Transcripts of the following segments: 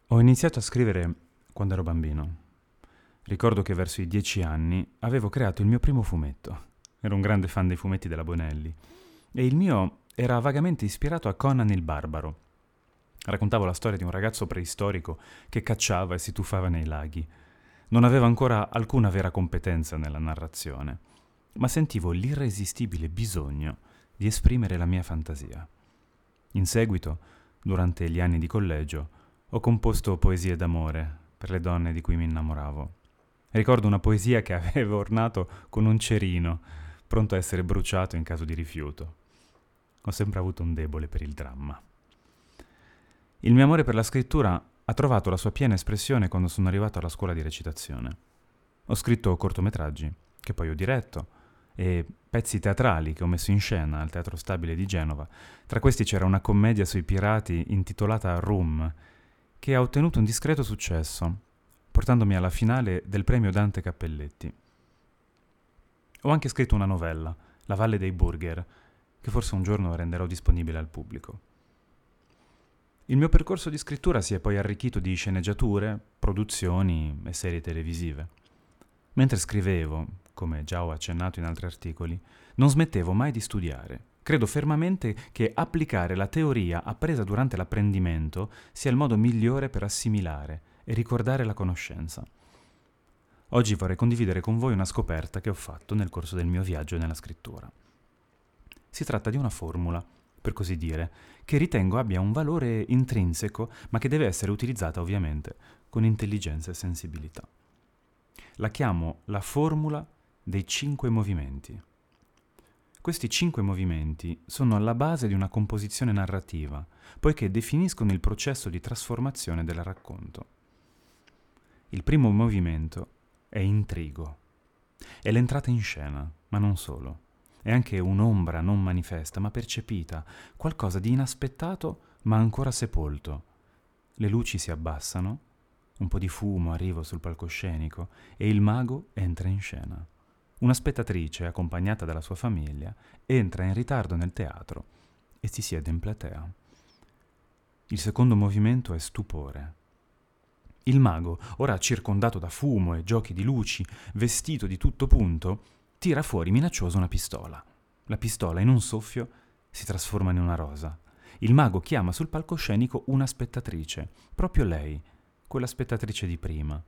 Ho iniziato a scrivere quando ero bambino. Ricordo che verso i 10 anni avevo creato il mio primo fumetto. Ero un grande fan dei fumetti della Bonelli e il mio era vagamente ispirato a Conan il Barbaro. Raccontavo la storia di un ragazzo preistorico che cacciava e si tuffava nei laghi. Non avevo ancora alcuna vera competenza nella narrazione, ma sentivo l'irresistibile bisogno di esprimere la mia fantasia. In seguito, durante gli anni di collegio, ho composto poesie d'amore per le donne di cui mi innamoravo. Ricordo una poesia che avevo ornato con un cerino, pronto a essere bruciato in caso di rifiuto. Ho sempre avuto un debole per il dramma. Il mio amore per la scrittura ha trovato la sua piena espressione quando sono arrivato alla scuola di recitazione. Ho scritto cortometraggi, che poi ho diretto, e pezzi teatrali che ho messo in scena al Teatro Stabile di Genova. Tra questi c'era una commedia sui pirati intitolata Room, che ha ottenuto un discreto successo, portandomi alla finale del premio Dante Cappelletti. Ho anche scritto una novella, La Valle dei Burger, che forse un giorno renderò disponibile al pubblico. Il mio percorso di scrittura si è poi arricchito di sceneggiature, produzioni e serie televisive. Mentre scrivevo, come già ho accennato in altri articoli, non smettevo mai di studiare. Credo fermamente che applicare la teoria appresa durante l'apprendimento sia il modo migliore per assimilare e ricordare la conoscenza. Oggi vorrei condividere con voi una scoperta che ho fatto nel corso del mio viaggio nella scrittura. Si tratta di una formula, per così dire, che ritengo abbia un valore intrinseco, ma che deve essere utilizzata ovviamente con intelligenza e sensibilità. La chiamo la formula dei 5 movimenti. Questi 5 movimenti sono alla base di una composizione narrativa, poiché definiscono il processo di trasformazione del racconto. Il primo movimento è intrigo. È l'entrata in scena, ma non solo. È anche un'ombra non manifesta, ma percepita, qualcosa di inaspettato, ma ancora sepolto. Le luci si abbassano, un po' di fumo arriva sul palcoscenico e il mago entra in scena. Una spettatrice, accompagnata dalla sua famiglia, entra in ritardo nel teatro e si siede in platea. Il secondo movimento è stupore. Il mago, ora circondato da fumo e giochi di luci, vestito di tutto punto, tira fuori minaccioso una pistola. La pistola, in un soffio, si trasforma in una rosa. Il mago chiama sul palcoscenico una spettatrice, proprio lei, quella spettatrice di prima,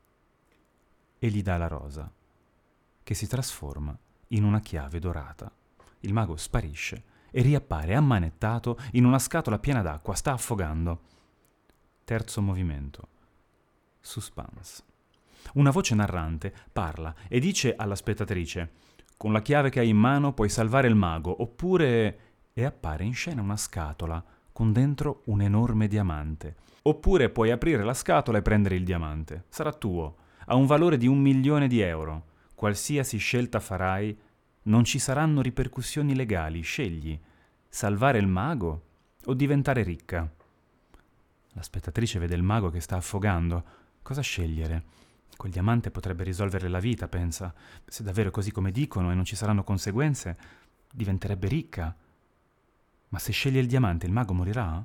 e gli dà la rosa, che si trasforma in una chiave dorata. Il mago sparisce e riappare ammanettato in una scatola piena d'acqua, sta affogando. Terzo movimento. Suspense. Una voce narrante parla e dice alla spettatrice: con la chiave che hai in mano puoi salvare il mago, oppure... e appare in scena una scatola con dentro un enorme diamante. Oppure puoi aprire la scatola e prendere il diamante. Sarà tuo. Ha un valore di 1.000.000 di euro. Qualsiasi scelta farai, non ci saranno ripercussioni legali. Scegli: salvare il mago o diventare ricca. La spettatrice vede il mago che sta affogando. Cosa scegliere? Quel diamante potrebbe risolvere la vita, pensa. Se davvero è così come dicono e non ci saranno conseguenze, diventerebbe ricca. Ma se sceglie il diamante, il mago morirà?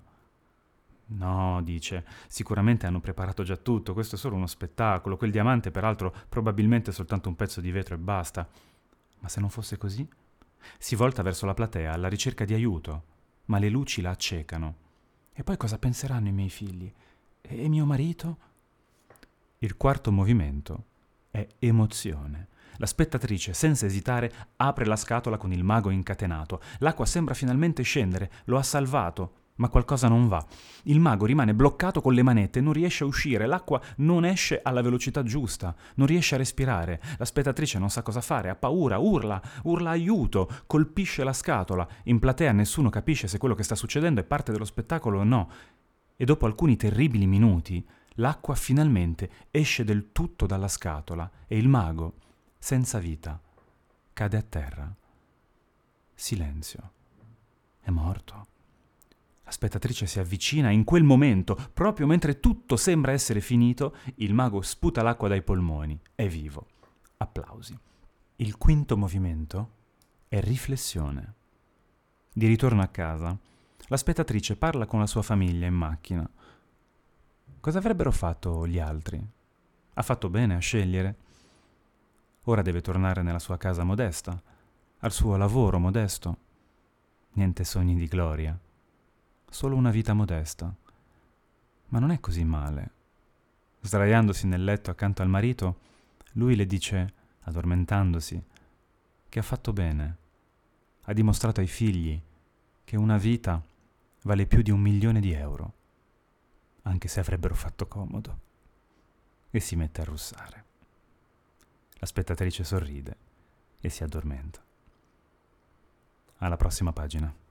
No, dice, sicuramente hanno preparato già tutto, questo è solo uno spettacolo, quel diamante peraltro probabilmente è soltanto un pezzo di vetro e basta. Ma se non fosse così? Si volta verso la platea alla ricerca di aiuto, ma le luci la accecano. E poi cosa penseranno i miei figli? E mio marito? Il quarto movimento è emozione. La spettatrice, senza esitare, apre la scatola con il mago incatenato. L'acqua sembra finalmente scendere, lo ha salvato, ma qualcosa non va. Il mago rimane bloccato con le manette, non riesce a uscire, l'acqua non esce alla velocità giusta, non riesce a respirare. La spettatrice non sa cosa fare, ha paura, urla aiuto, colpisce la scatola. In platea nessuno capisce se quello che sta succedendo è parte dello spettacolo o no. E dopo alcuni terribili minuti, l'acqua finalmente esce del tutto dalla scatola e il mago, senza vita, cade a terra. Silenzio. È morto. La spettatrice si avvicina e in quel momento, proprio mentre tutto sembra essere finito, il mago sputa l'acqua dai polmoni. È vivo. Applausi. Il quinto movimento è riflessione. Di ritorno a casa, la spettatrice parla con la sua famiglia in macchina. Cosa avrebbero fatto gli altri? Ha fatto bene a scegliere. Ora deve tornare nella sua casa modesta, al suo lavoro modesto. Niente sogni di gloria, solo una vita modesta. Ma non è così male. Sdraiandosi nel letto accanto al marito, lui le dice, addormentandosi, che ha fatto bene. Ha dimostrato ai figli che una vita vale più di 1.000.000 di euro, anche se avrebbero fatto comodo. E si mette a russare. La spettatrice sorride e si addormenta. Alla prossima pagina.